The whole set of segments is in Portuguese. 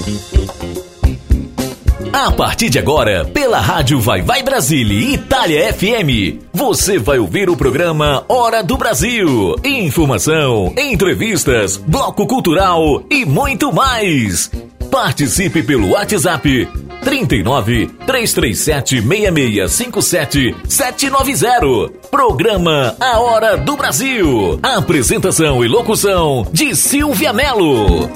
A partir de agora, pela Rádio Vai Vai Brasília e Itália FM, você vai ouvir o programa Hora do Brasil. Informação, entrevistas, bloco cultural e muito mais. Participe pelo WhatsApp 39 337 6657 790. Programa A Hora do Brasil. Apresentação e locução de Silvia Mello.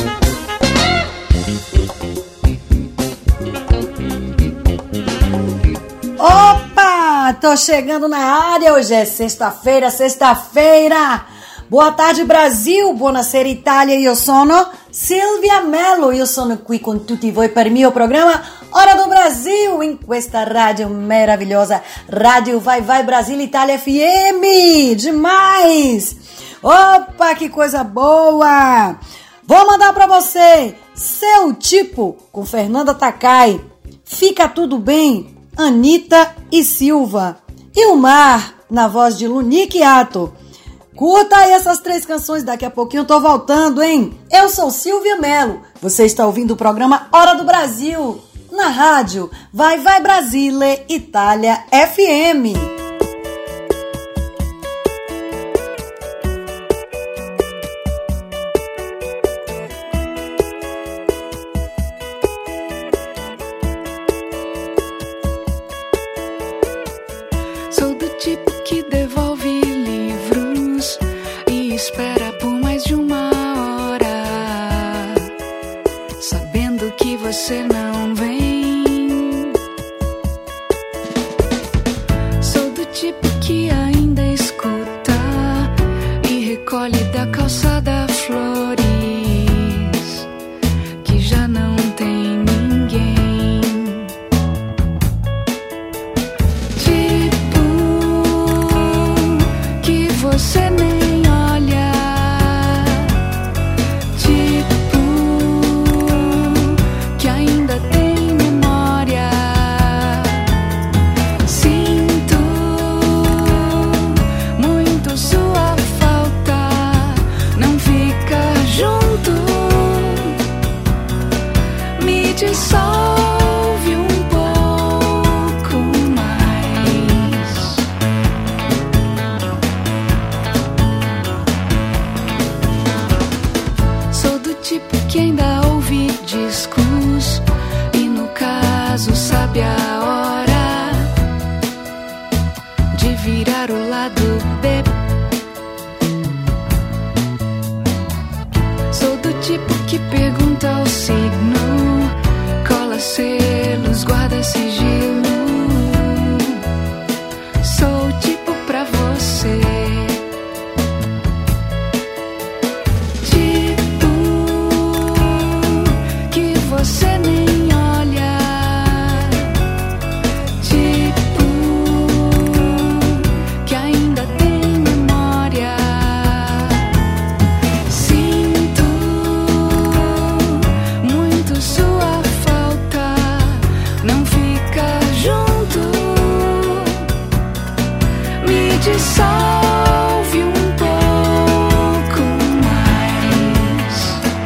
Opa! Tô chegando na área, hoje é sexta-feira. Boa tarde Brasil, buonasera Itália, io sono Silvia Mello, io sono qui con tutti voi per il mio programma Hora do Brasil, in questa radio meravigliosa, Radio Vai Vai Brasília Itália FM, demais! Opa, que coisa boa! Vou mandar pra você, Seu Tipo, com Fernanda Takai, Fica Tudo Bem, Anitta e Silva, e o Mar, na voz de Lunique Ato. Curta aí essas 3 canções, daqui a pouquinho eu tô voltando, hein? Eu sou Silvia Mello, você está ouvindo o programa Hora do Brasil, na rádio Vai Vai Brasília Itália FM. Sou do tipo que devolve livros e espera por mais de 1 hora, sabendo que você não vem. Sou do tipo que ainda escuta e recolhe da calçada flores que já não tem ninguém. Você nem olha, tipo, que ainda tem memória. Sinto muito sua falta, não fica junto, me dissolve um pouco mais. Tipo que ainda ouve discos e no caso sabe a hora de virar o lado B. Sou do tipo que pergunta o signo, cola selos, guarda sigilo. Sou o tipo pra você. Você nem olha, tipo, que ainda tem memória. Sinto muito sua falta, não fica junto, me dissolve um pouco mais.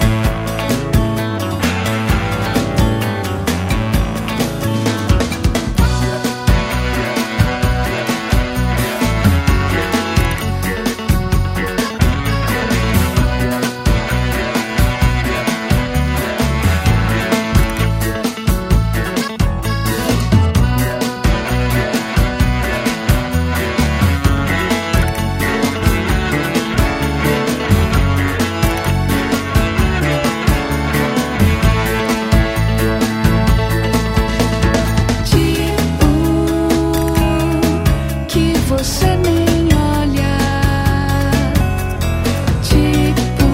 Você nem olha, tipo,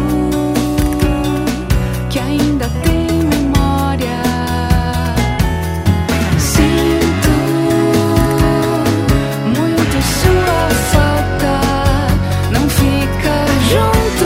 que ainda tem memória. Sinto muito sua falta, não fica junto,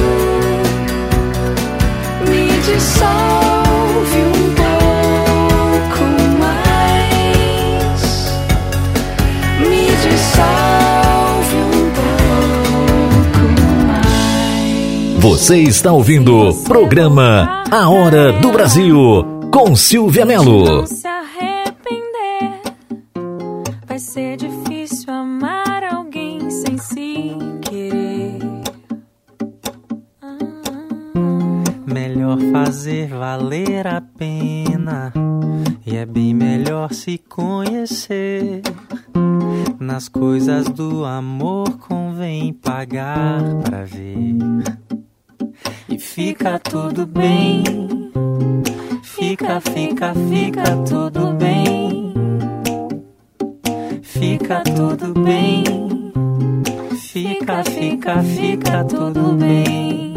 me dissolve um pouco mais, me dissolve um pouco mais. Você está ouvindo o programa A Hora do Brasil, com Silvia Mello. Não se arrepender. Vai ser difícil amar alguém sem se querer. Melhor fazer valer a pena. E é bem melhor se conhecer. Nas coisas do amor convém pagar pra ver. E fica tudo bem. Fica tudo bem. Fica tudo bem. Fica tudo bem.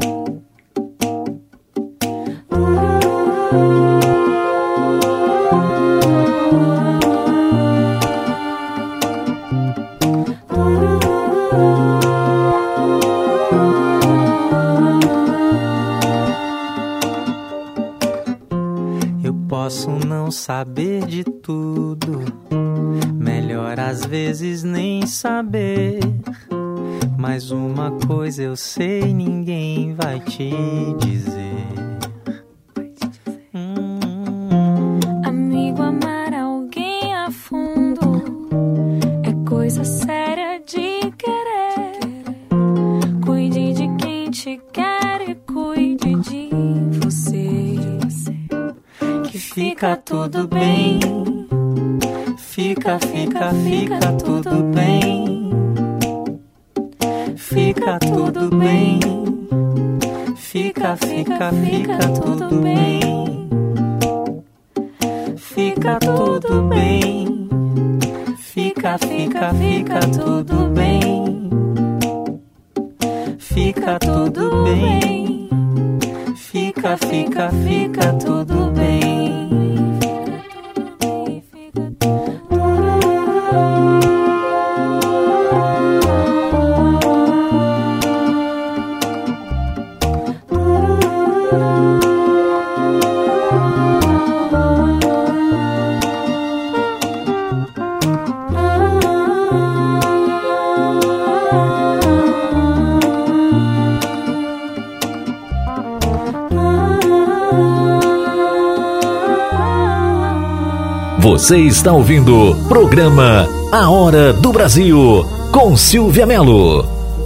Posso não saber de tudo, melhor às vezes nem saber. Mas uma coisa eu sei, ninguém vai te dizer. Amigo, amar alguém a fundo é coisa séria de querer. Cuide de quem te quer e cuide de você. Fica tudo bem. Fica tudo bem. Fica tudo bem. Fica tudo bem. Fica tudo bem. Fica tudo bem. Fica tudo bem. Fica tudo bem. Você está ouvindo o programa A Hora do Brasil, com Silvia Mello.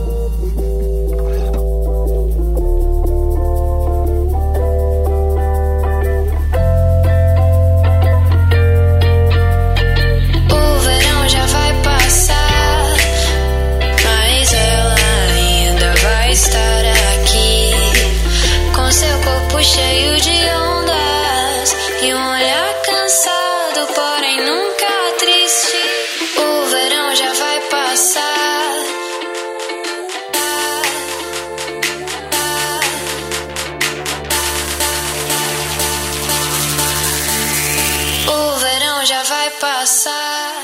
O verão já vai passar, mas ela ainda vai estar aqui, com seu corpo cheio de ondas e um olhar cansado, porém nunca triste. O verão já vai passar. O verão já vai passar.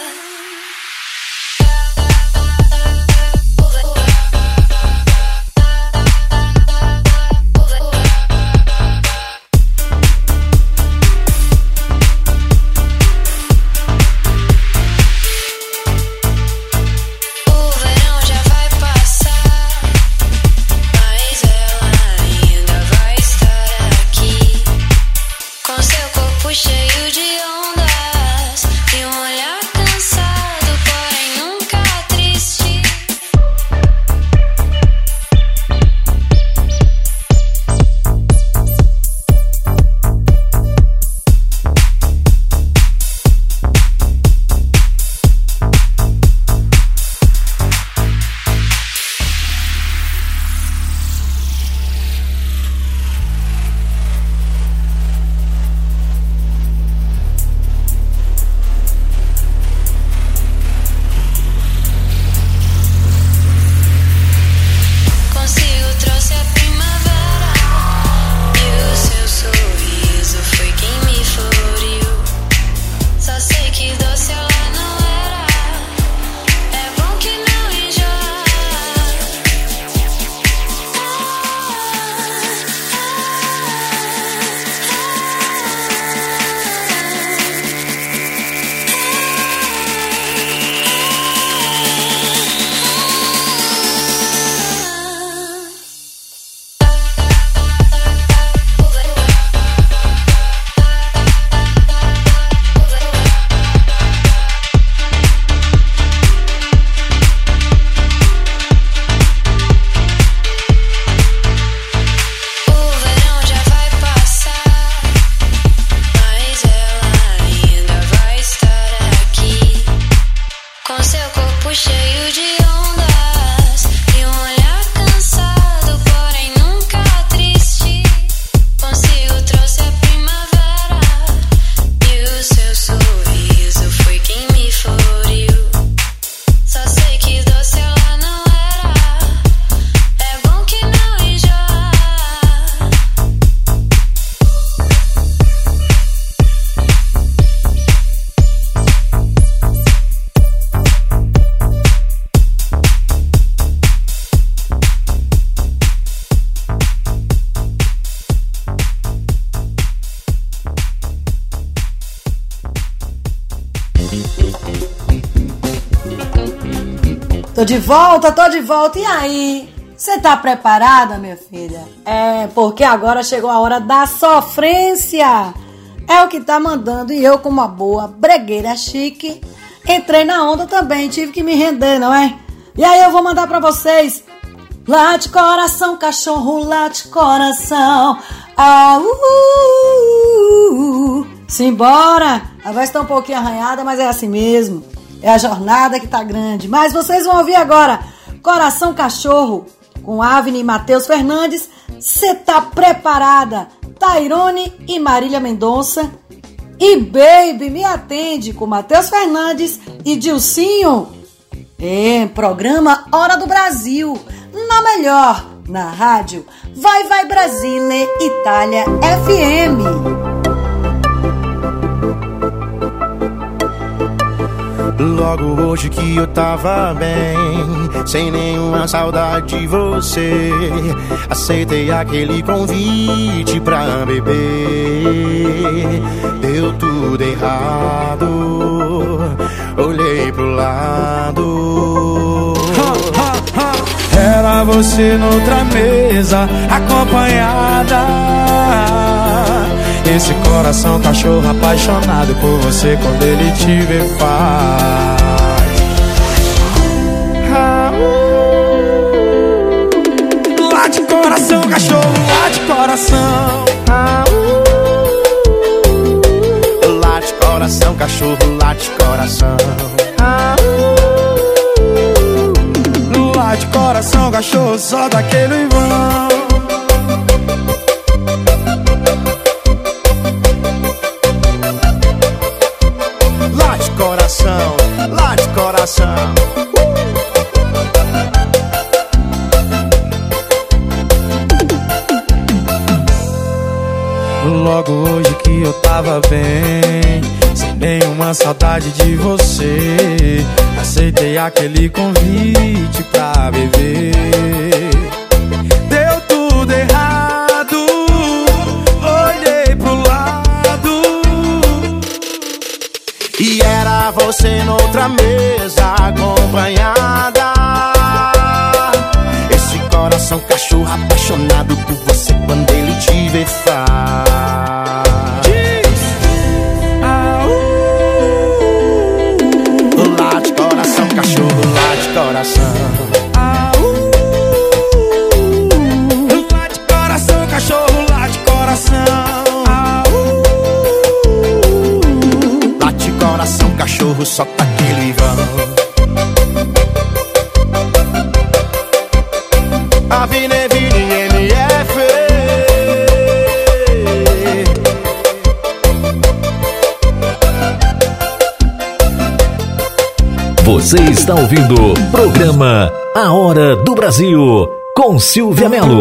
Cheio de ondas e um olhar cansado, porém nunca triste. Tô de volta. E aí? Você tá preparada, minha filha? Porque agora chegou a hora da sofrência. É o que tá mandando. E eu, como uma boa bregueira chique, entrei na onda também. Tive que me render, não é? E aí eu vou mandar pra vocês. Late coração, cachorro, late coração. Simbora. A voz tá um pouquinho arranhada, mas é assim mesmo. É a jornada que tá grande. Mas vocês vão ouvir agora Coração Cachorro, com Avni e Matheus Fernandes. Cê tá preparada? Tairone e Marília Mendonça. E Baby Me Atende, com Matheus Fernandes e Dilcinho. Programa Hora do Brasil. Na melhor, na rádio Vai Brasile, Itália FM. Logo hoje que eu tava bem, sem nenhuma saudade de você, aceitei aquele convite pra beber. Deu tudo errado, olhei pro lado. Era você noutra mesa, acompanhada. Esse coração cachorro apaixonado por você quando ele te vê faz. Late coração cachorro, late coração. Late coração cachorro, late coração. Late coração cachorro, só daquele vão. Late coração. Logo hoje que eu tava bem, sem nenhuma saudade de você, aceitei aquele convite pra beber. Deu tudo errado, olhei pro lado e era você noutra mesa, acompanhada. Esse coração cachorro apaixonado por você quando ele te vê faz. Late coração cachorro, late coração. Late coração cachorro, late coração. Late coração cachorro, só tá aquele vão. Avenida MF. Você está ouvindo o programa A Hora do Brasil com Silvia Mello.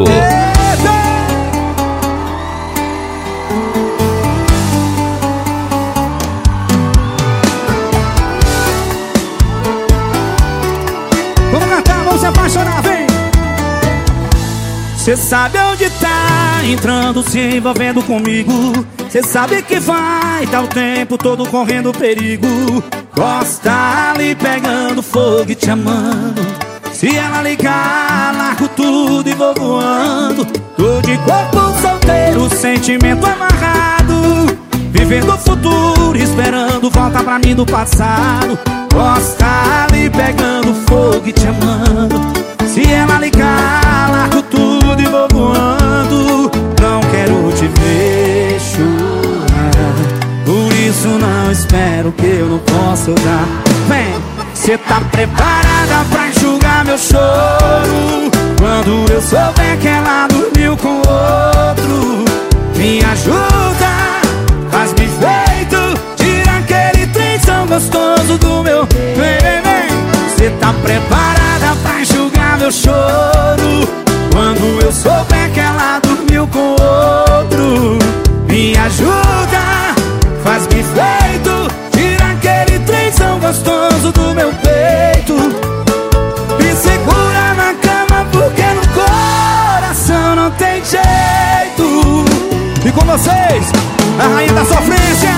Vamos cantar, vamos se apaixonar, vem! Cê sabe onde tá entrando, se envolvendo comigo. Cê sabe que vai dar o tempo todo correndo perigo. Gosta ali pegando fogo e te amando. Se ela ligar, largo tudo e vou voando. Tô de corpo solteiro, sentimento amarrado, vivendo o futuro, esperando volta pra mim do passado. Gosta ali pegando fogo e te amando. Se ela ligar, largo tudo e vou voando. Não quero te ver chorar, por isso não espero que eu não possa dar. Vem, cê tá preparada pra enxugar meu choro quando eu souber que ela dormiu com outro? Me ajuda, faz-me feito, tira aquele trenzão gostoso do meu. Vem, vem, vem. Cê tá preparada pra enxugar meu choro quando eu souber que ela dormiu com outro? Me ajuda, faz-me feito, tira aquele trenzão gostoso do meu peito. Me segura na cama porque no coração não tem jeito. E com vocês, a rainha da sofrência,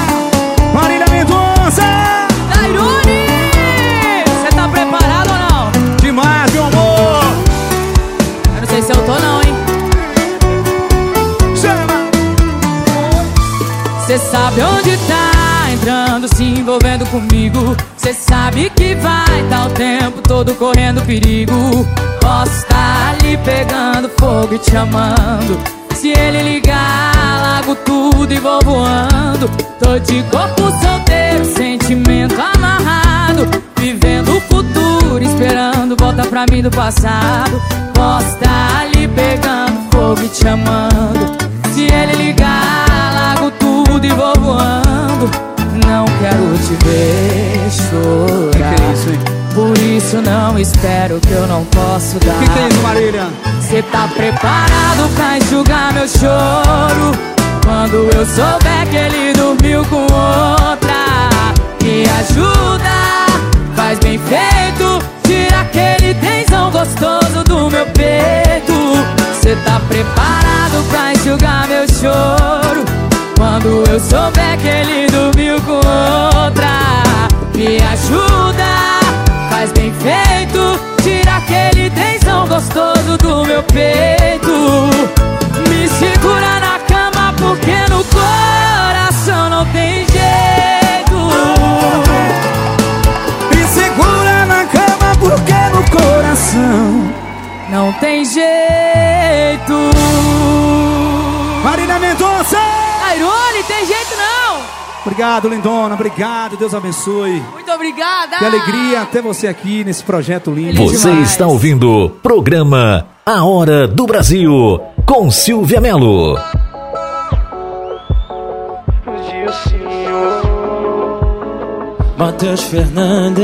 Marília Mendonça. Tairone, cê tá preparado ou não? Cê sabe onde tá entrando, se envolvendo comigo. Cê sabe que vai tá o tempo todo correndo perigo. Posso tá ali pegando fogo e te amando. Se ele ligar, largo tudo e vou voando. Tô de corpo solteiro, sentimento amarrado, vivendo o futuro, esperando volta pra mim do passado. Posso tá ali pegando fogo e te amando. Se ele ligar, largo tudo e vou voando. Não quero te ver chorar. Que é isso, hein? Por isso não espero que eu não posso dar. Que é isso, Marília? Cê tá preparado pra enxugar meu choro quando eu souber que ele dormiu com outra? Me ajuda, faz bem feito, tira aquele tensão gostoso do meu peito. Cê tá preparado pra enxugar meu choro quando eu souber que ele dormiu com outra? Me ajuda, faz bem feito, tira aquele tensão gostoso do meu peito. Me segura na cama porque no coração não tem jeito. Me segura na cama porque no coração não tem jeito. Marília Mendonça! Airone, tem jeito não. Obrigado, lindona, obrigado, Deus abençoe. Muito obrigada. Que alegria ter você aqui nesse projeto lindo. Você está ouvindo o programa A Hora do Brasil, com Silvia Mello. Matheus Fernandes.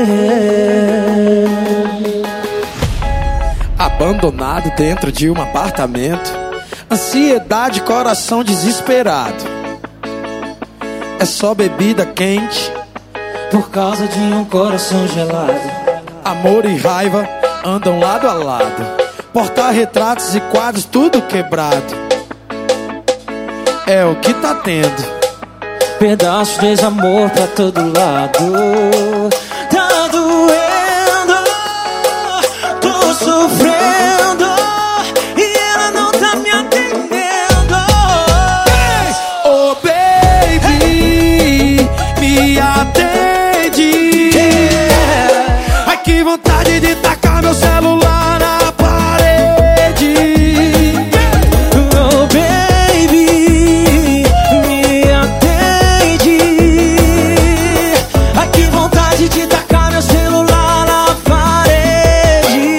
Abandonado dentro de um apartamento, ansiedade, coração desesperado. É só bebida quente por causa de um coração gelado. Amor e raiva andam lado a lado, porta-retratos e quadros tudo quebrado. É o que tá tendo, pedaços de desamor pra todo lado. Tá doendo, tô sofrendo e ela não tá me atendendo. Oh baby, me atende. Ai que vontade de tacar meu celular na parede. Oh baby, me atende. Ai que vontade de tacar meu celular na parede.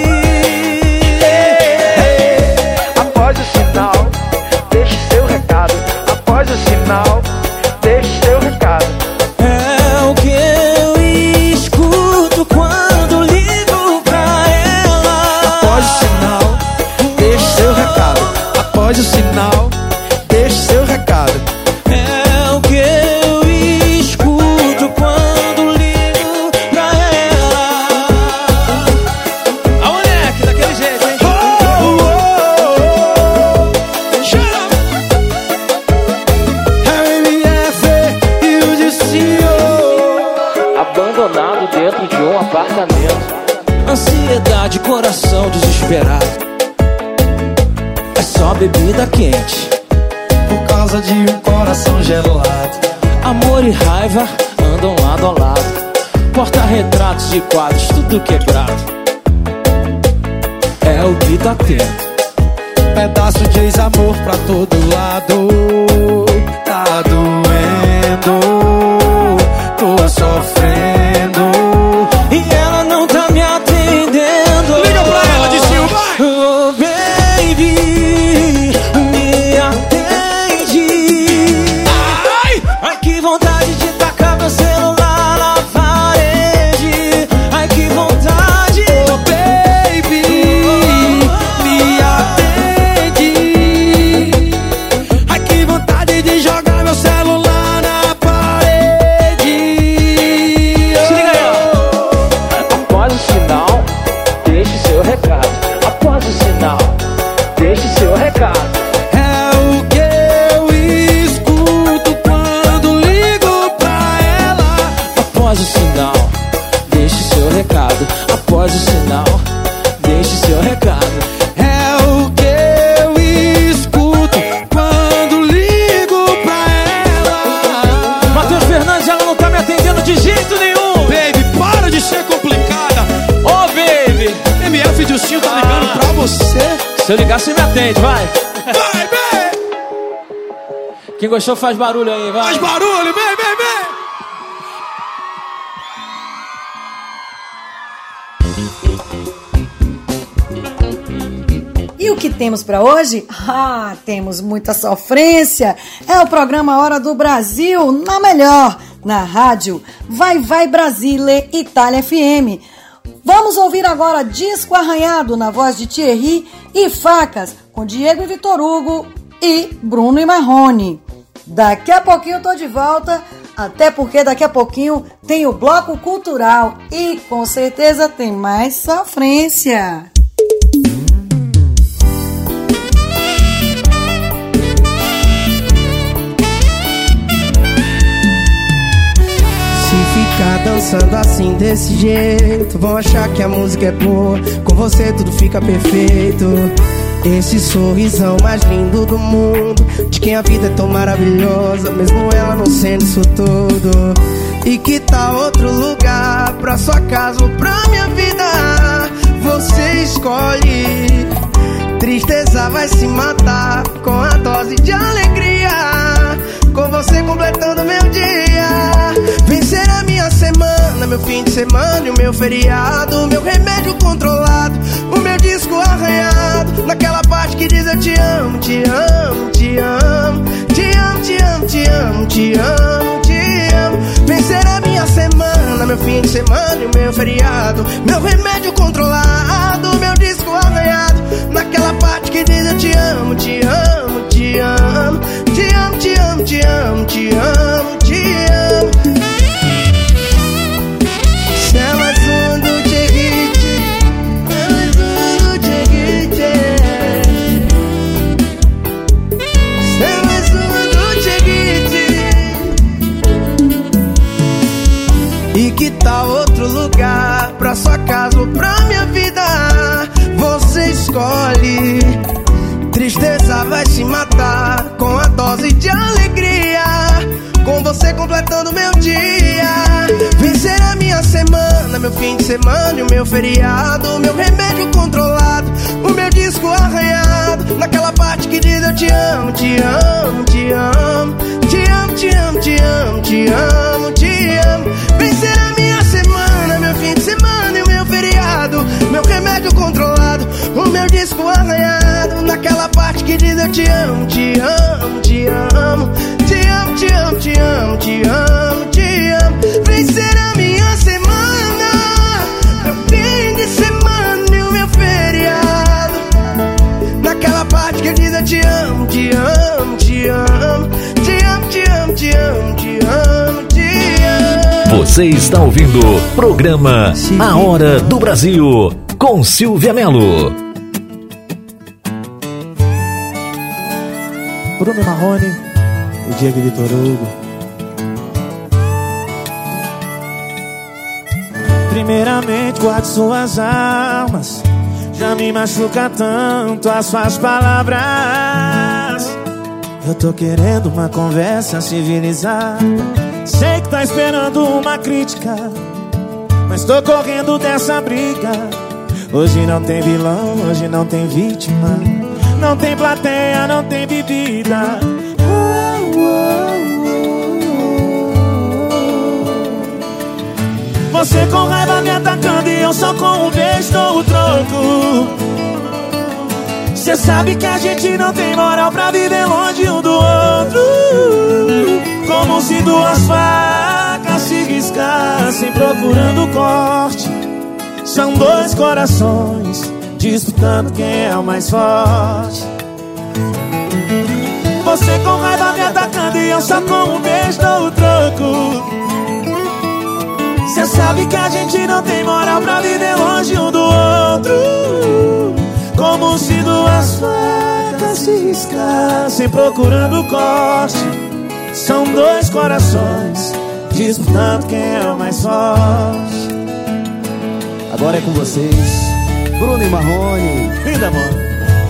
Após o sinal, deixe seu recado. Após o sinal, deixe seu recado. É o que eu escuto quando ligo pra ela. Após o sinal, deixe seu recado. Após o sinal, deixe seu recado. É o que eu escuto quando ligo pra ela. A moleque, daquele jeito, hein? RMF e o Dicinho. Abandonado dentro de um apartamento, ansiedade, coração desesperado. É só bebida quente por causa de um coração gelado. Amor e raiva andam lado a lado, porta-retratos e quadros tudo quebrado. É o que tá tendo, pedaço de ex-amor pra todo lado. Tá doendo, tô sofrendo e ela não tá me atendendo. Liga pra ela, Dicinho, vai! Oh baby, me atende. Ai, ai que vontade de tacar meu celular na parede. Ai que vontade. Oh baby, me atende. Ai que vontade Se eu ligar, você me atende, vai. Vai, vem. Quem gostou faz barulho aí, vai. Faz barulho, vem, vem, vem. E o que temos para hoje? Temos muita sofrência. É o programa Hora do Brasil, na melhor, na rádio Vai Vai Brasile, Itália FM. Vamos ouvir agora Disco Arranhado, na voz de Thierry e Facas, com Diego e Vitor Hugo e Bruno e Marrone. Daqui a pouquinho eu tô de volta, até porque daqui a pouquinho tem o Bloco Cultural e com certeza tem mais sofrência. Ficar dançando assim desse jeito, vão achar que a música é boa, com você tudo fica perfeito. Esse sorrisão mais lindo do mundo, de quem a vida é tão maravilhosa, mesmo ela não sendo isso tudo. E que tal outro lugar, pra sua casa ou pra minha vida? Você escolhe. Tristeza vai se matar com a dose de alegria, com você completando meu dia. Vencer a minha semana, meu fim de semana e o meu feriado, meu remédio controlado, o meu disco arranhado, naquela parte que diz eu te amo, te amo, te amo, te amo, te amo, te amo, te amo, te amo. Vencer a minha semana, meu fim de semana e o meu feriado, meu remédio controlado, meu disco arranhado, naquela parte que diz eu te amo, te amo, te amo, te amo, te amo, te amo, te amo, te amo. Se é mais um do Tcheguite, é mais um do Tcheguite. Se é mais um do Tcheguite. E que tal outro lugar, pra sua casa ou pra minha vida? Você escolhe. Tristeza vai se matar com a dose de alegria, com você completando meu dia. Vencer a minha semana, meu fim de semana e o meu feriado, meu remédio controlado, o meu disco arranhado, naquela parte que diz eu te amo, te amo, te amo, te amo, te amo, te amo, te amo, te amo. Vencer a minha semana, meu fim de semana e o meu feriado, meu remédio controlado, o meu disco arranhado, naquela parte que diz eu te amo, te amo, te amo, te amo, te amo, te amo, te amo, te amo. Vencer a minha semana, meu fim de semana e o meu feriado, naquela parte que diz eu te amo, te amo, te amo, te amo, te amo, te amo, te amo, te amo. Você está ouvindo o programa A Hora do Brasil com Silvia Mello. Bruno Marrone e Diego e Vitor Hugo. Primeiramente, guarde suas armas. Já me machuca tanto as suas palavras. Eu tô querendo uma conversa civilizada. Sei que tá esperando uma crítica, mas tô correndo dessa briga. Hoje não tem vilão, hoje não tem vítima, não tem plateia, não tem bebida. Você com raiva me atacando e eu só com um beijo dou o troco. Cê sabe que a gente não tem moral pra viver longe um do outro. Como se duas facas se riscassem procurando corte. São dois corações disputando quem é o mais forte. Você com raiva me atacando e eu só com um beijo dou o troco. Cê sabe que a gente não tem moral pra viver longe um do outro. Como se duas facas se riscassem procurando corte. São dois corações disputando quem é o mais forte. Agora é com vocês, Bruno e Marrone. Linda, amor.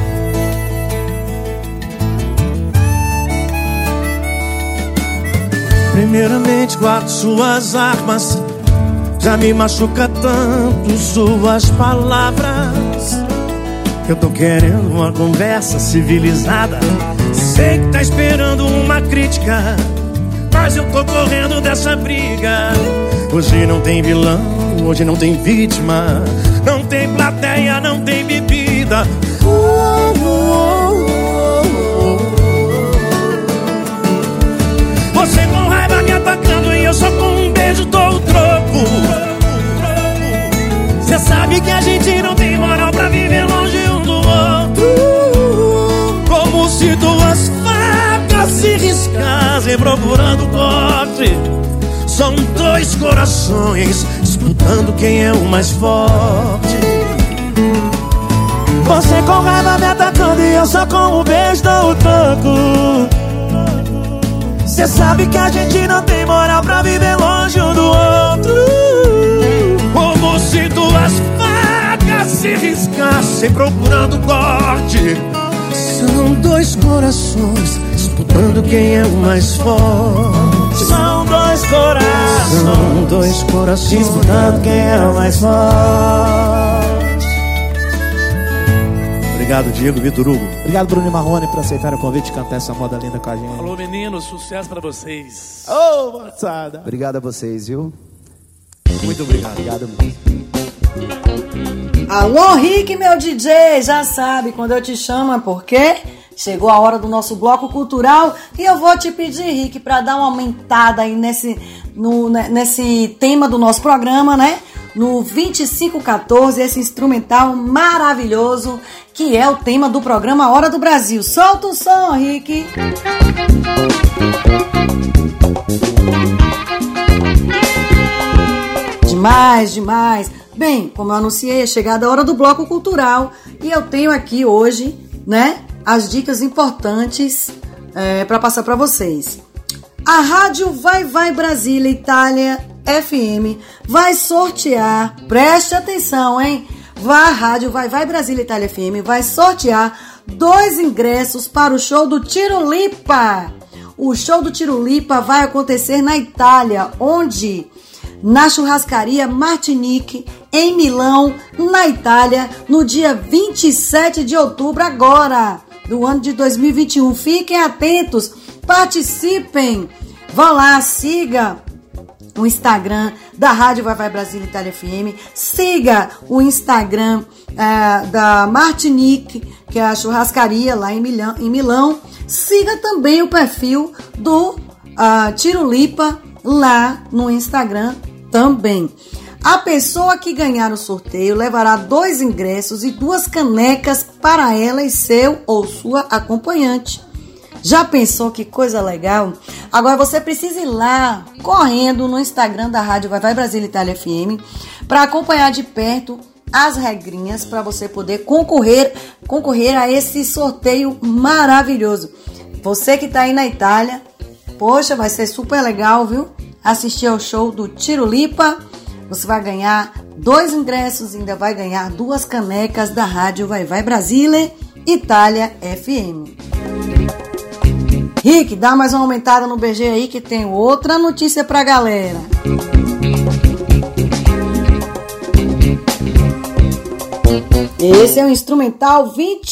Primeiramente, guarde suas armas. Já me machuca tanto suas palavras. Eu tô querendo uma conversa civilizada. Sei que tá esperando uma crítica, mas eu tô correndo dessa briga. Hoje não tem vilão, hoje não tem vítima, não tem plateia, não tem bebida. Você com raiva me atacando e eu só com um beijo dou o troco. Cê sabe que a gente não tem moral pra viver longe um do outro. Como se duas facas se riscassem procurando corte. São dois corações disputando quem é o mais forte. Você com raiva me atacando e eu só com um beijo dou o troco. Cê sabe que a gente não tem moral pra viver longe um do outro. Como se duas facas se riscassem procurando corte. São dois corações disputando quem é o mais forte. São dois corações, são dois corações disputando quem é o mais forte. Obrigado, Diego, Vitor Hugo. Obrigado, Bruno e Marrone, por aceitar o convite de cantar essa moda linda com a gente. Alô, meninos, sucesso pra vocês. Ô, moçada. Obrigado a vocês, viu? Muito obrigado. Obrigado mesmo. Alô, Rick, meu DJ, já sabe, quando eu te chamo é porque chegou a hora do nosso bloco cultural e eu vou te pedir, Rick, pra dar uma aumentada aí nesse tema do nosso programa, né? No 2514, esse instrumental maravilhoso que é o tema do programa Hora do Brasil. Solta o som, Rick! Demais, demais! Bem, como eu anunciei, é chegada a hora do bloco cultural e eu tenho aqui hoje, né, as dicas importantes para passar para vocês. A Rádio Vai Vai Brasília Itália FM vai sortear, preste atenção, hein? A Rádio Vai Vai Brasília Itália FM vai sortear 2 ingressos para o show do Tirulipa. O show do Tirulipa vai acontecer na Itália, onde? Na churrascaria Martinique, em Milão, na Itália, no dia 27 de outubro agora, do ano de 2021. Fiquem atentos, participem, vão lá, siga o Instagram da Rádio Vai Vai Brasília Itália FM, siga o Instagram da Martinique, que é a churrascaria lá em Milão, siga também o perfil do Tirulipa lá no Instagram também. A pessoa que ganhar o sorteio levará 2 ingressos e 2 canecas para ela e seu ou sua acompanhante. Já pensou que coisa legal? Agora você precisa ir lá, correndo no Instagram da Rádio Vai Vai Brasília Itália FM, para acompanhar de perto as regrinhas para você poder concorrer a esse sorteio maravilhoso. Você que está aí na Itália, poxa, vai ser super legal, viu? Assistir ao show do Tirulipa. Você vai ganhar 2 ingressos e ainda vai ganhar 2 canecas da Rádio Vai Vai Brasília Itália FM. Rick, dá mais uma aumentada no BG aí que tem outra notícia pra galera. Esse é o instrumental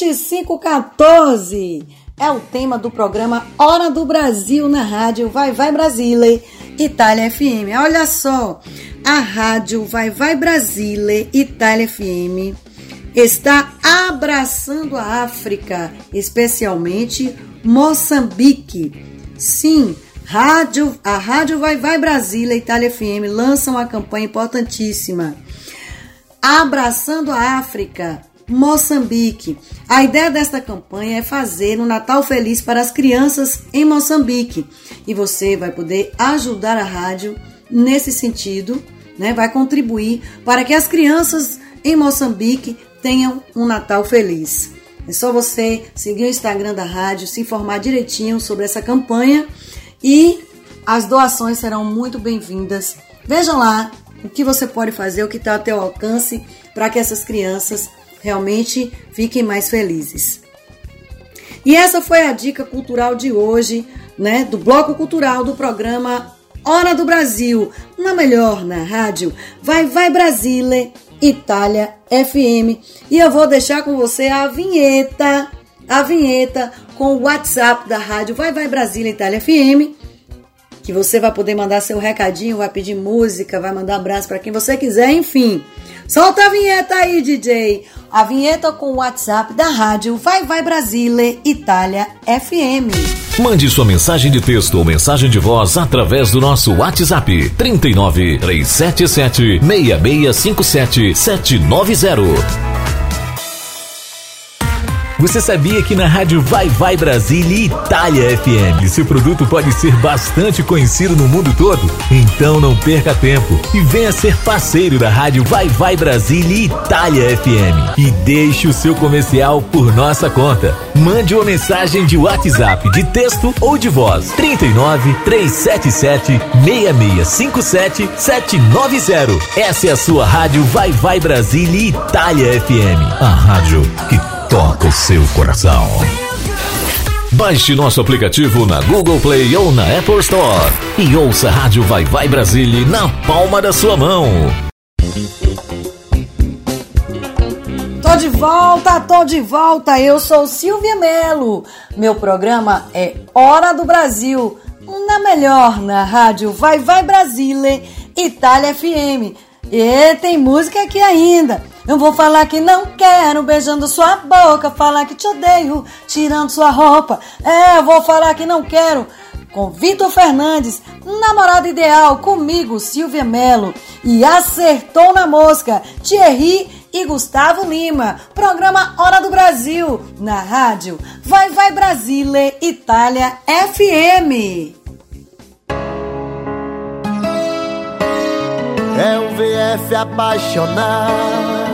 2514. É o tema do programa Hora do Brasil na Rádio Vai Vai Brasília Itália FM. Olha só, a Rádio Vai Vai Brasília Itália FM está abraçando a África, especialmente Moçambique. Sim, a Rádio Vai Vai Brasília Itália FM lança uma campanha importantíssima. Abraçando a África, Moçambique. A ideia desta campanha é fazer um Natal feliz para as crianças em Moçambique. E você vai poder ajudar a rádio nesse sentido, né? Vai contribuir para que as crianças em Moçambique tenham um Natal feliz. É só você seguir o Instagram da rádio, se informar direitinho sobre essa campanha e as doações serão muito bem-vindas. Veja lá o que você pode fazer, o que está ao teu alcance para que essas crianças realmente fiquem mais felizes. E essa foi a dica cultural de hoje, né, do bloco cultural do programa Hora do Brasil, na rádio Vai Vai Brasília Itália FM. E eu vou deixar com você a vinheta com o WhatsApp da rádio Vai Vai Brasília Itália FM, que você vai poder mandar seu recadinho, vai pedir música, vai mandar um abraço para quem você quiser, enfim. Solta a vinheta aí, DJ. A vinheta com o WhatsApp da rádio Vai Vai Brasília Itália FM. Mande sua mensagem de texto ou mensagem de voz através do nosso WhatsApp 39 377 6657 790. Você sabia que na rádio Vai Vai Brasília Itália FM seu produto pode ser bastante conhecido no mundo todo? Então não perca tempo e venha ser parceiro da rádio Vai Vai Brasília Itália FM e deixe o seu comercial por nossa conta. Mande uma mensagem de WhatsApp de texto ou de voz 39 377 6657 790. Essa é a sua rádio Vai Vai Brasília Itália FM, a rádio que toca o seu coração. Baixe nosso aplicativo na Google Play ou na Apple Store e ouça a rádio Vai Vai Brasília na palma da sua mão. Tô de volta, eu sou Silvia Mello. Meu programa é Hora do Brasil, na rádio Vai Vai Brasília Itália FM. E tem música aqui ainda. Eu vou falar que não quero, beijando sua boca. Falar que te odeio, tirando sua roupa. Eu vou falar que não quero, com Vitor Fernandes, Namorado Ideal, comigo, Silvia Mello. E Acertou na Mosca, Thierry e Gustavo Lima. Programa Hora do Brasil, na rádio Vai Vai Brasília Itália FM. É o VF apaixonado.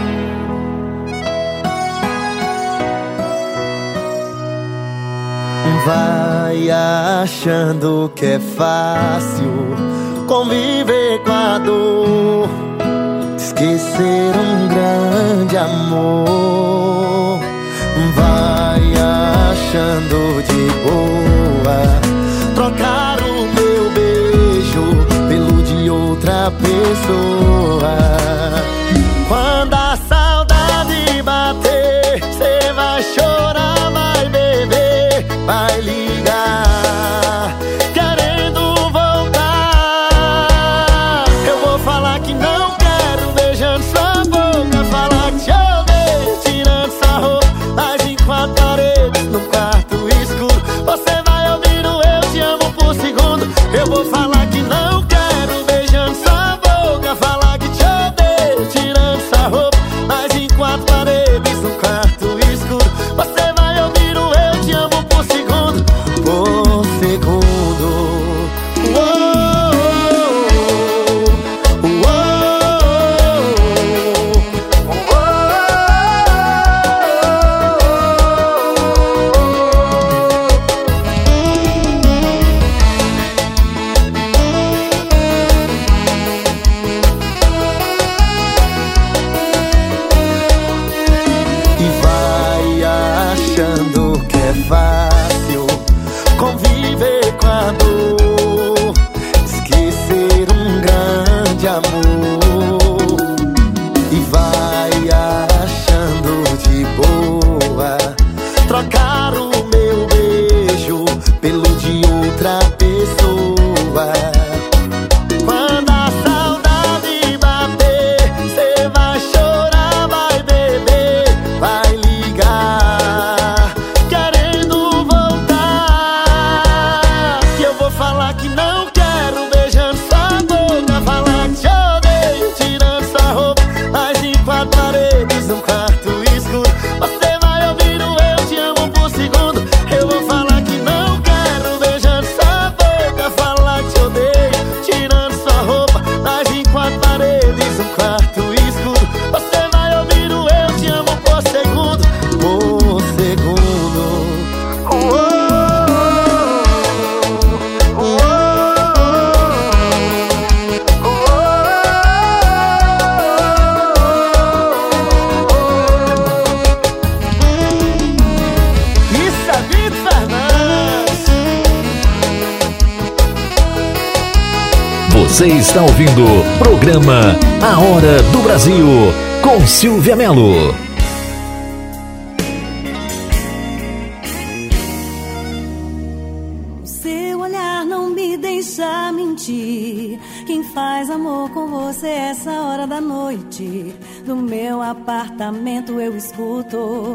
Vai achando que é fácil conviver com a dor, esquecer um grande amor. Vai achando de boa trocar o meu beijo pelo de outra pessoa. Quando a saudade bater, cê vai chorar, vai beber, vai ligar, querendo voltar. Eu vou falar que não quero, beijando sua boca. Falar que te odeio, tirando sua roupa. Mas em quatro paredes, no quarto escuro, você vai ouvir o eu te amo por segundo. Eu vou falar que não quero, beijando sua boca. Falar que te odeio, tirando sua roupa. Mas em quatro paredes, no quarto escuro, você vai ouvir o eu te amo por segundo. Por segundo. E vai achando que é fácil conviver com a dor, esquecer um grande amor. E vai achando de boa trocar o meu beijo pelo de outra pessoa. Quando a saudade bater, cê vai chorar, vai beber, vai ligar, querendo voltar. E eu vou falar que não quero, beijando sua boca. Falar que te odeio, tirando sua roupa. Mas em quatro paredes, num quarto escuro, você vai ouvir o eu te amo por segundo. Eu vou falar que não quero, beijando sua boca. Falar que te odeio, tirando sua roupa. Mas em quatro paredes, num quarto escuro, você vai ouvir o eu te amo por segundo. Por segundo. Oh, oh, oh, oh. Você está ouvindo o programa A Hora do Brasil, com Silvia Mello. Seu olhar não me deixa mentir. Quem faz amor com você essa hora da noite? Do meu apartamento eu escuto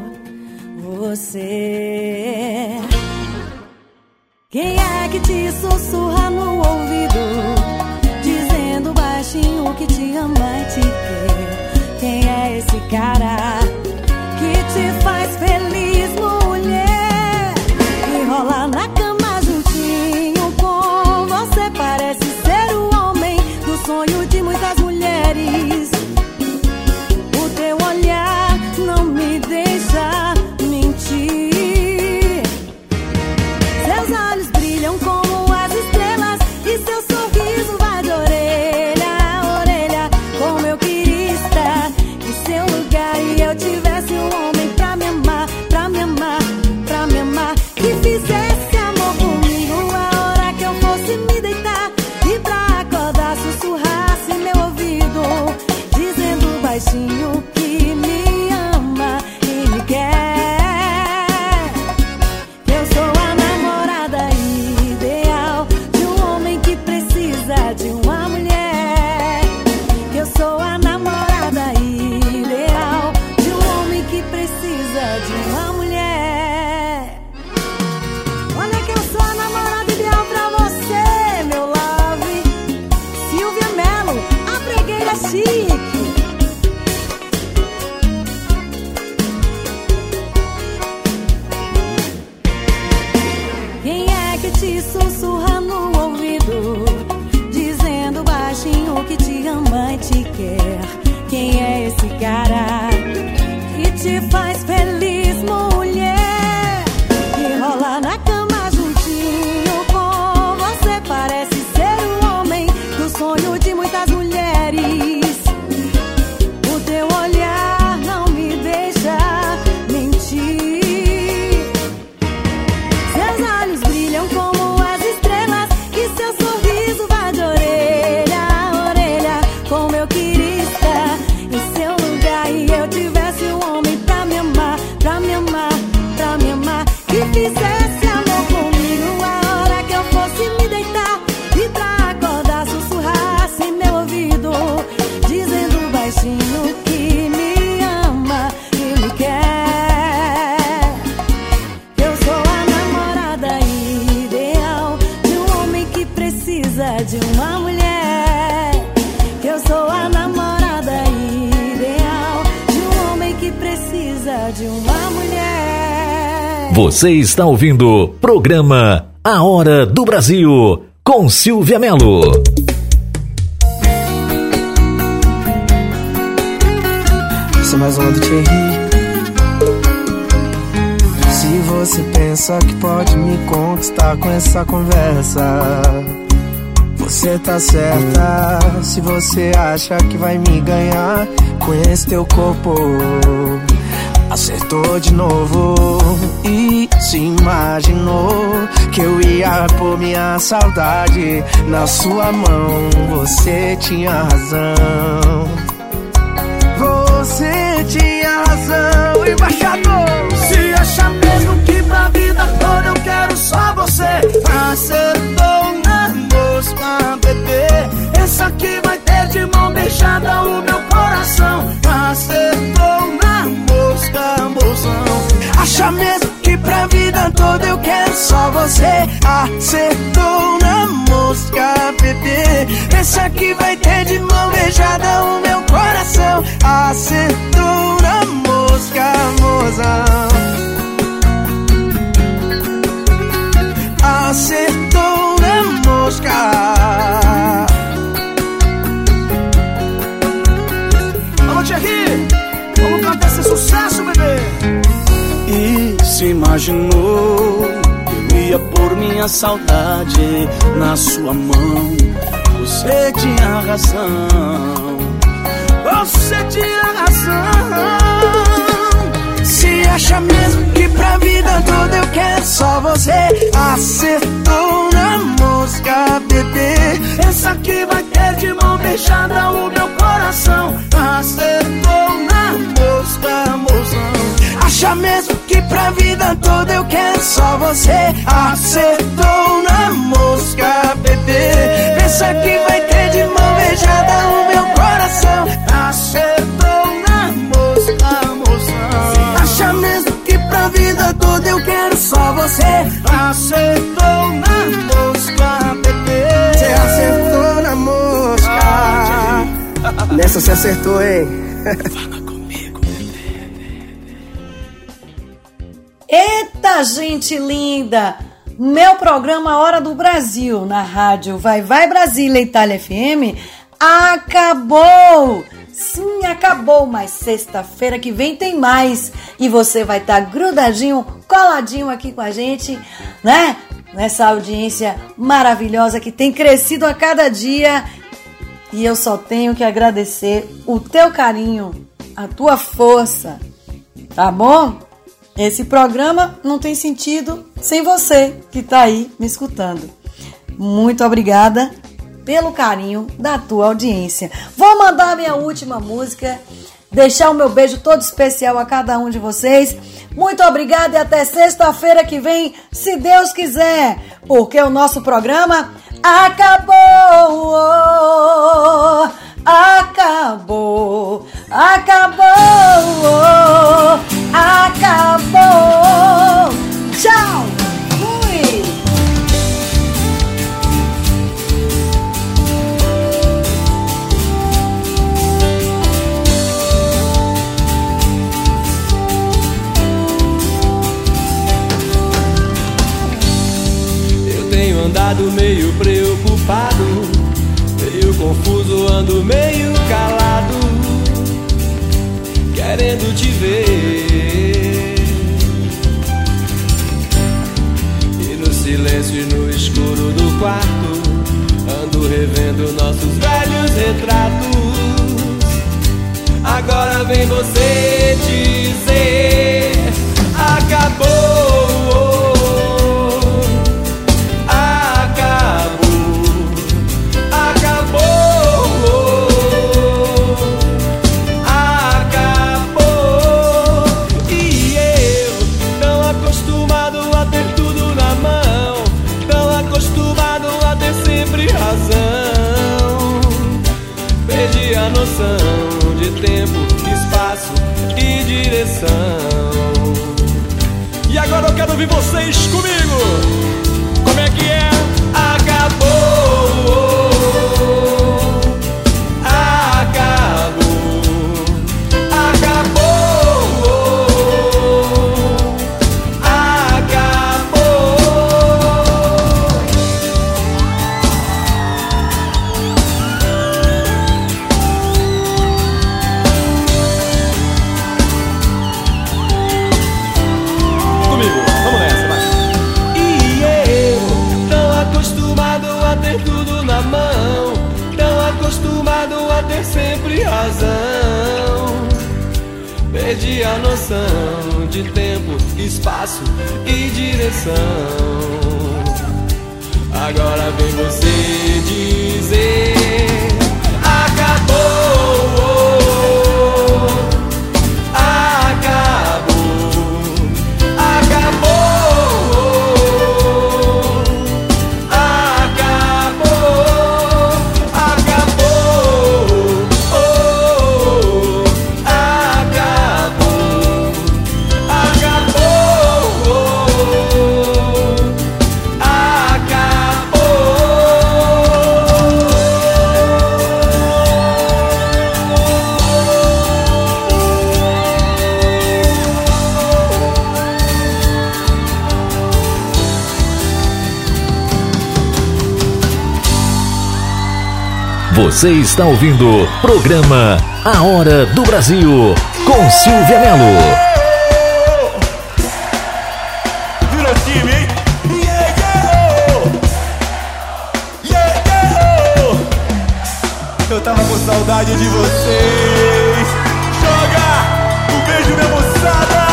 você. Quem é que te sussurra no ouvido, dizendo baixinho que te ama e te quer? Quem é esse cara que te faz feliz, mulher? E rola na cama juntinho com você, parece ser o homem do sonho de muitas mulheres. O teu olhar não me deixa mentir. Seus olhos brilham como as estrelas e seu sorriso vai de orelha a orelha. Como eu queria estar em seu lugar e eu tivesse um homem pra me amar, pra me amar, pra me amar. Que fizesse amor comigo a hora que eu fosse me deitar e pra acordar sussurrasse meu ouvido, dizendo baixinho que me ama e me quer. Eu sou a namorada ideal de um homem que precisa de uma mulher. Eu sou a namorada ideal de um homem que precisa de uma mulher. Olha que eu sou a namorada ideal pra você, meu love. Silvia Mello, a fregueira chique. Quem é que te sussurra no ouvido, dizendo baixinho que te ama e te quer? Quem é esse cara que te faz feliz, mulher? E rola na cama juntinho com você, parece ser o homem do sonho de muitas mulheres. O teu olhar não me deixa mentir. Seus olhos brilham como as estrelas e seu sorriso vai de orelha a orelha. Como eu queria estar em seu lugar e eu tivesse um homem pra me amar, pra me amar, pra me amar. Que fizesse amor comigo a hora que eu fosse me deitar e pra acordar sussurrasse meu ouvido, dizendo baixinho que me ama e me quer. Eu sou a namorada ideal de um homem que precisa de uma mulher. Eu sou a namorada ideal de um homem que precisa de uma mulher. Você está ouvindo o programa A Hora do Brasil, com Silvia Mello. Essa é mais uma do Thierry. Se você pensa que pode me conquistar com essa conversa, você tá certa. Se você acha que vai me ganhar com esse teu corpo, acertou de novo. E se imaginou que eu ia pôr minha saudade na sua mão. Você tinha razão. Você tinha razão, embaixador. Se acha mesmo que pra vida toda eu quero só você, acertou na mosca, bebê. Essa aqui vai ter de mão beijada o meu coração. Acertou na mosca, mozão. Acha mesmo que pra vida toda eu quero só você, acertou na mosca, bebê. Essa aqui vai ter de mão beijada o meu coração. Acertou na mosca, mozão. Acertou na mosca. Alô, Thierry, vamos cantar esse sucesso, bebê. E Se imaginou que eu ia pôr minha saudade na sua mão. Você tinha razão. Você tinha razão. se acha mesmo que pra vida toda eu quero só você, acertou na mosca, bebê. Essa aqui vai ter alvejada o meu coração. Acertou na mosca, mozão. Acha mesmo que pra vida toda eu quero só você? Acertou na mosca, bebê. Pensa que vai ter de mão beijada o meu coração. Acertou na mosca, mozão. Acha mesmo que pra vida toda eu quero só você? Acertou na mosca, bebê. Você acertou na mosca. Nessa você acertou, hein? Eita, gente linda! Meu programa Hora do Brasil na rádio Vai Vai Brasília Itália FM acabou! Sim, acabou, mas sexta-feira que vem tem mais. E você vai estar grudadinho, coladinho aqui com a gente, né? Nessa audiência maravilhosa que tem crescido a cada dia. E eu só tenho que agradecer o teu carinho, a tua força, tá bom? Esse programa não tem sentido sem você que tá aí me escutando. Muito obrigada pelo carinho da tua audiência. Vou mandar minha última música, deixar o meu beijo todo especial a cada um de vocês. Muito obrigada e até sexta-feira que vem, se Deus quiser, porque o nosso programa acabou! Acabou! Acabou! Acabou! Tchau! Fui! Eu tenho andado meio preocupado, meio confuso, ando meio calado, querendo te ver. E no silêncio e no escuro do quarto, ando revendo nossos velhos retratos. Agora vem você dizer: acabou. A noção de tempo, espaço e direção. E agora eu quero ouvir vocês comigo. Como é que é? Acabou. Acabou. Sempre razão. Perdi a noção de tempo, espaço e direção. Agora vem você dizer: acabou. Você está ouvindo o programa A Hora do Brasil, com Silvia Mello. Vira time, hein? Eu tava com saudade de vocês. Joga um beijo, minha moçada.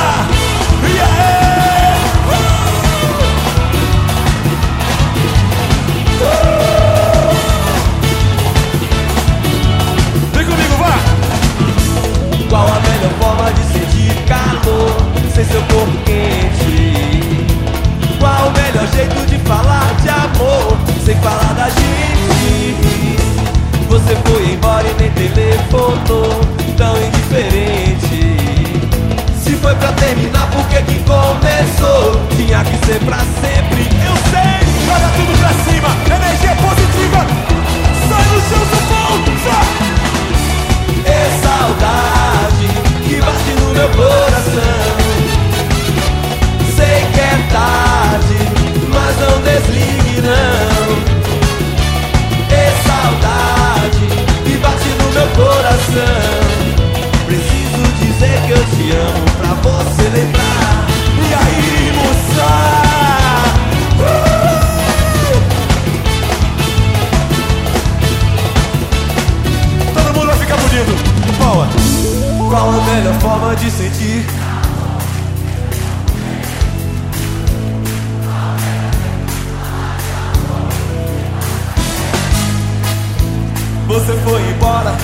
melhor forma de sentir. Você foi embora.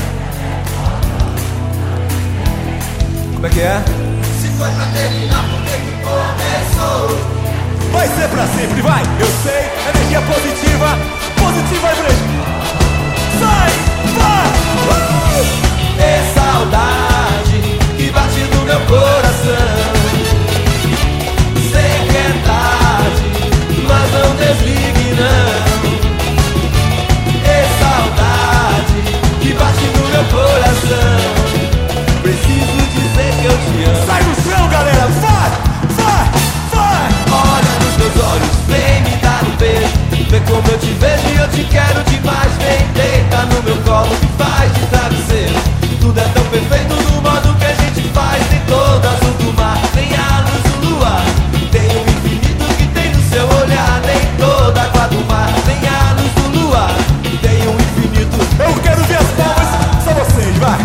Como é que é? Se foi pra terminar, por que que começou? Vai ser pra sempre, vai! Eu sei, energia positiva, positiva vibration. Sai, vai! É saudade que bate no meu coração. Sei que é tarde, mas não desligue não. É saudade que bate no meu coração. Preciso dizer que eu te amo. Sai do chão, galera! Vai! Vai! Vai! Olha nos meus olhos, vem me dar um beijo. Vê como eu te vejo e eu te quero demais. Vem, deita no meu colo, me faz de travesseiro. Tudo é tão perfeito no modo que a gente faz. Tem todo azul do mar, tem a luz do luar. Tem o infinito que tem no seu olhar. Tem toda a água do mar, tem a luz do luar. Tem o infinito. Eu quero ver as palmas, só vocês, vai!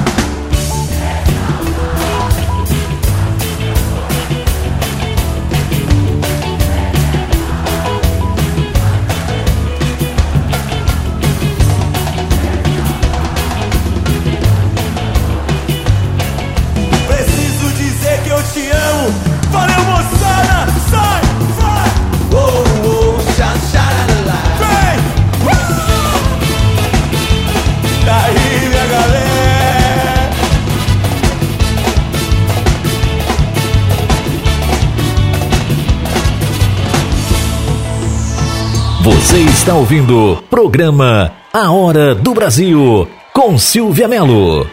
Te amo, valeu moçada, sai, vai! Oh, oh, xa, xa, la, la. Vem! Daí, minha galera! Você está ouvindo o programa A Hora do Brasil, com Silvia Mello.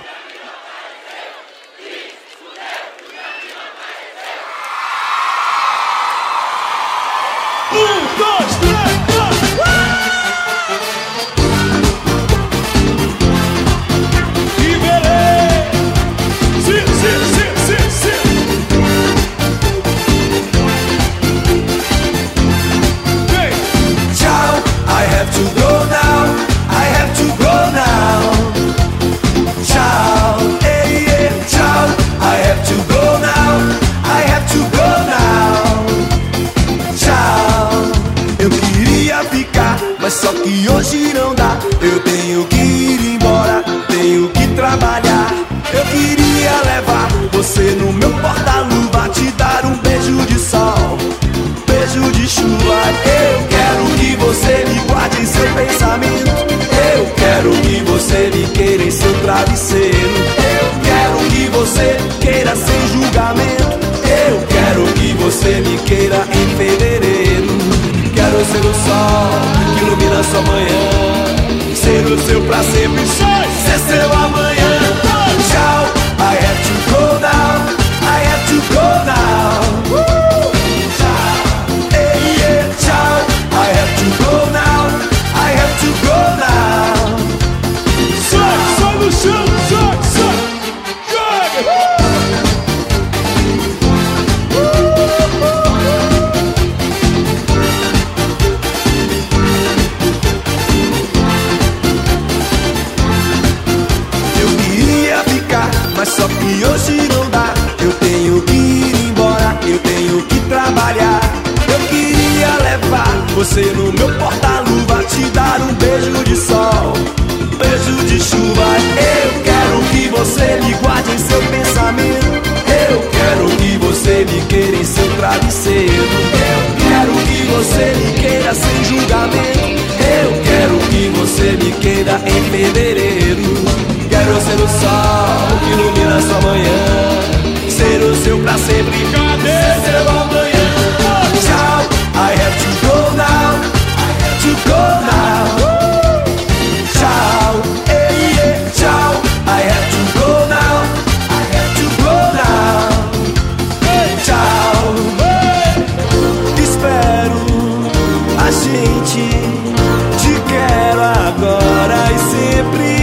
Só que hoje não dá, eu tenho que ir embora, tenho que trabalhar. Eu queria levar você no meu porta-luva, te dar um beijo de sol, beijo de chuva. Eu quero que você me guarde em seu pensamento. Eu quero que você me queira em seu travesseiro. Eu quero que você queira sem julgamento. Eu quero que você me queira em fevereiro. Quero ser o sol que ilumina sua manhã, ser o seu pra sempre, ser seu amanhã. Tchau, I have to go now, I have to go now. Tchau, hey, yeah, tchau, I have to go now, I have to go now. Sai no chão, sai! Mas só que hoje não dá, eu tenho que ir embora, eu tenho que trabalhar. Eu queria levar você no meu porta-luva, te dar um beijo de sol, beijo de chuva. Eu quero que você me guarde em seu pensamento. Eu quero que você me queira em seu travesseiro. Eu quero que você me queira sem julgamento. Eu quero que você me queira em fevereiro. Quero ser o sol que ilumina sua manhã, ser o seu pra sempre, ser seu amanhã. Tchau, I have to go now, I have to go now. Tchau, hey, yeah, tchau, I have to go now, I have to go now. Tchau, espero a gente, te quero agora e sempre.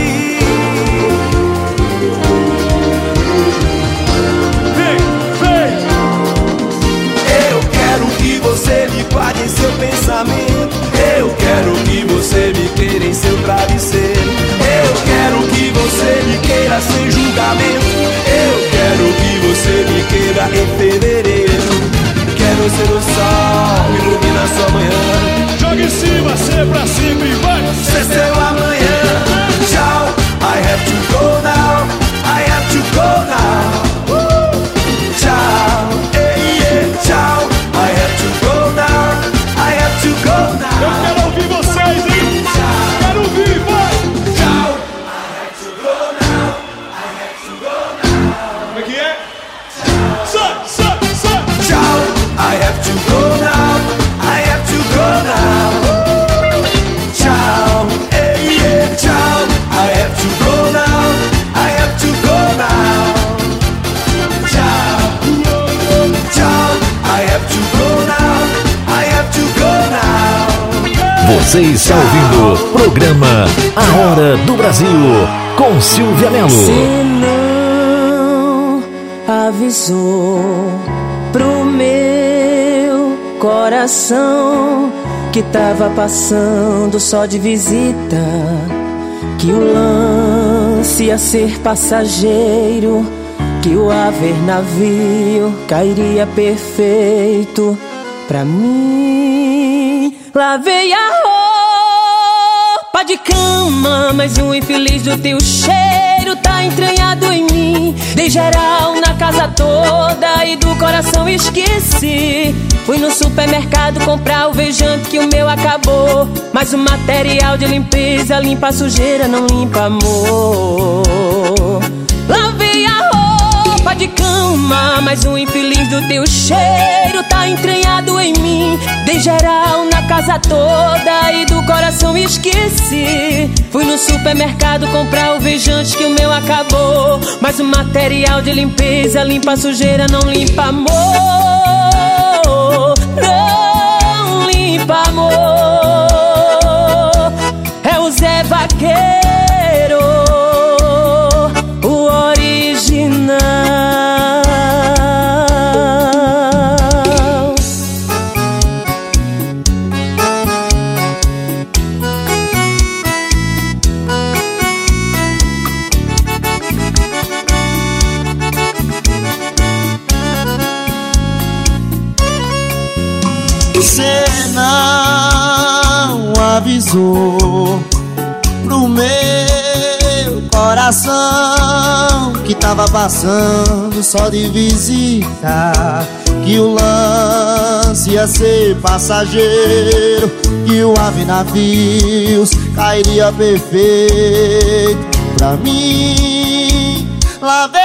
Você está ouvindo o programa A Hora do Brasil com Silvia Mello. Você não avisou pro meu coração que tava passando só de visita, que o lance ia ser passageiro, que o haver navio cairia perfeito pra mim. Lavei a roupa de cama, mas o infeliz do teu cheiro tá entranhado em mim. Dei geral na casa toda e do coração esqueci. Fui no supermercado comprar o alvejante que o meu acabou, mas o material de limpeza limpa a sujeira, não limpa amor. Lavei a roupa de cama, mas o infeliz do teu cheiro tá entranhado em mim. Dei geral na casa toda e do coração esqueci. Fui no supermercado comprar o alvejante que o meu acabou, mas o material de limpeza limpa a sujeira, não limpa amor. Não limpa amor. É o Zé Vaqueiro, o original. Você não avisou pro meu coração que tava passando só de visita, que o lance ia ser passageiro, que o ave navios cairia perfeito pra mim. Lavei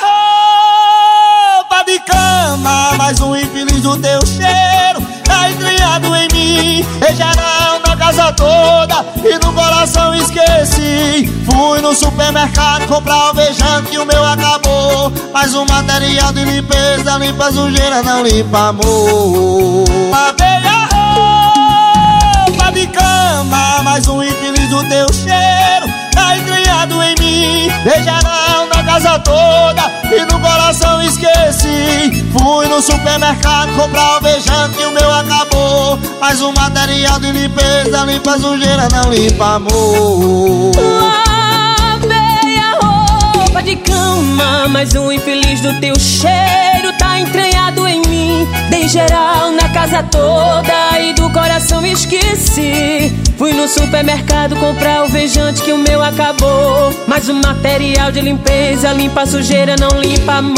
a roupa de cama, mas um infeliz do teu cheiro tá entranhado em mim. Dei geral na casa toda e no coração esqueci. Fui no supermercado comprar o alvejante que o meu acabou, mas o material de limpeza limpa a sujeira, não limpa amor. Lavei a roupa de cama, mas um infeliz do teu cheiro tá entranhado em mim. Dei geral na casa toda e no coração esqueci. Fui no supermercado comprar o alvejante que o meu acabou, mas o material de limpeza limpa a sujeira, não limpa amor. Lavei a roupa de cama, mas o infeliz do teu cheiro tá entranhado em mim. Dei geral na casa toda e do coração esqueci. Fui no supermercado comprar o alvejante que o meu acabou, mas o material de limpeza limpa a sujeira, não limpa amor.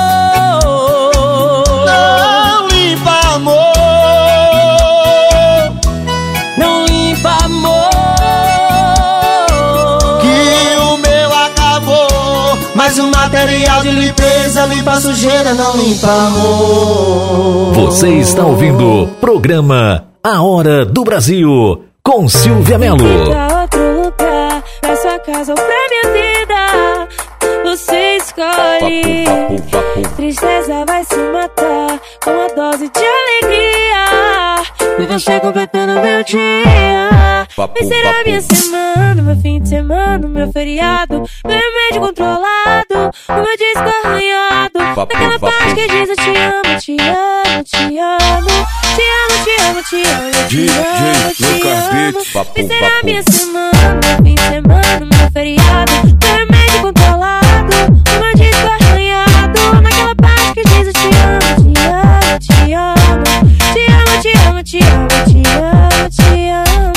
Não limpa amor. Não limpa amor. Que o meu acabou, mas o material de limpeza limpa a sujeira, não limpa amor. Você está ouvindo o programa A Hora do Brasil com Silvia Mello. Pra outro lugar, pra sua casa ou pra minha vida, você escolhe. Tristeza vai se matar com uma dose de alegria. E você completando meu dia. Vai ser a minha semana, meu fim de semana, meu feriado, meu remédio controlado, o meu disco arranhado, daquela parte que diz eu te amo, te amo, te amo, te amo, te amo, te amo, te amo, te amo. Vai ser a minha semana, meu fim de semana, meu feriado, meu remédio controlado, o meu disco arranhado, naquela parte que diz eu te amo, te amo, te amo, te amo, te amo, te amo, te amo, te amo.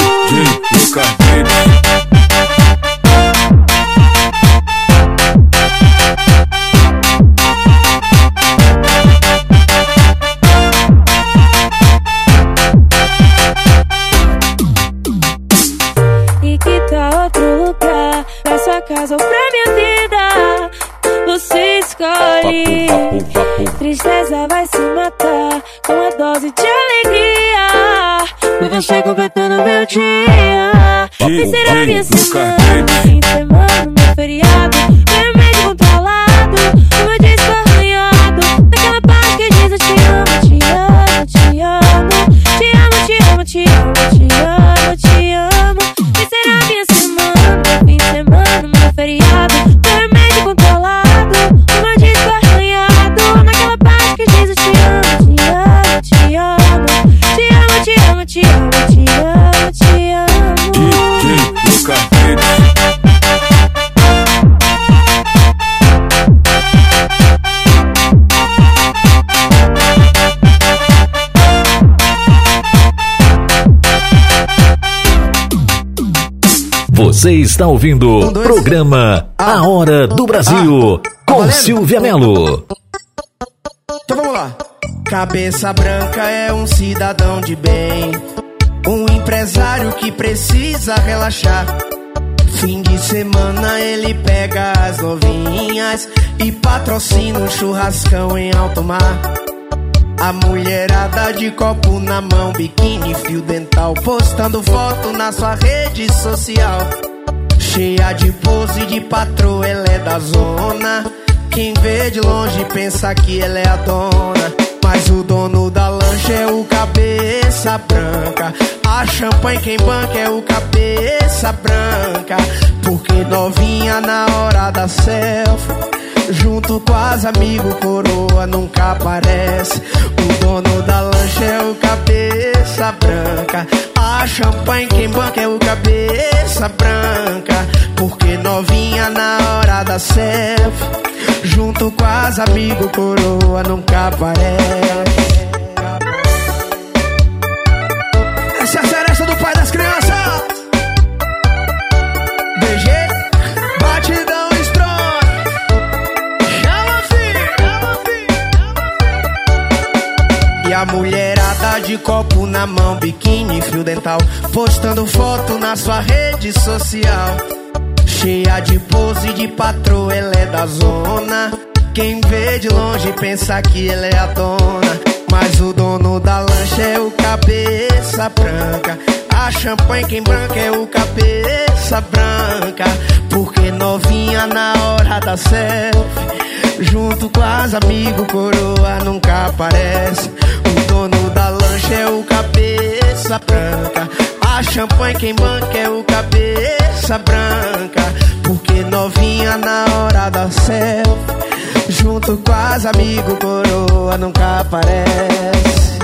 E que tal outro lugar, pra sua casa ou pra minha vida, você escolhe. Tristeza vai se matar com uma dose de alegria. E você completando meu dia. Vai ser a minha semana, fim de semana, meu feriado, meu remédio controlado, o meu disco arranhado, daquela parte que diz eu te amo, te amo, te amo, te amo, te amo, te amo, te amo, Você está ouvindo o programa A Hora do Brasil com Silvia Mello. Então vamos lá. Cabeça branca é um cidadão de bem, um empresário que precisa relaxar. Fim de semana ele pega as novinhas e patrocina um churrascão em alto mar. A mulherada de copo na mão, biquíni, fio dental, postando foto na sua rede social. Cheia de pose de patroa, ela é da zona. Quem vê de longe pensa que ela é a dona, mas o dono da lancha é o cabeça branca. A champanhe quem banca é o cabeça branca. Porque novinha na hora da selfie, junto com as amigos, coroa nunca aparece. O dono da lancha é o cabeça branca. A champanhe quem banca é o cabeça branca. Porque novinha na hora da selfie, junto com as amigos, coroa nunca aparece. Essa é a seresta do pai das crianças. DG, batidão strong. Chama filho. E a mulherada de copo na mão, biquíni, fio dental, postando foto na sua rede social. Cheia de pose de patroa, ela é da zona. Quem vê de longe pensa que ela é a dona, mas o dono da lancha é o cabeça branca. A champanhe quem branca é o cabeça branca. Porque novinha na hora da selfie, junto com as amigos, coroa nunca aparece. O dono da lancha é o cabeça branca. A champanhe quem banca é o cabeça branca. Porque novinha na hora da selfie, junto com as amigos, coroa nunca aparece.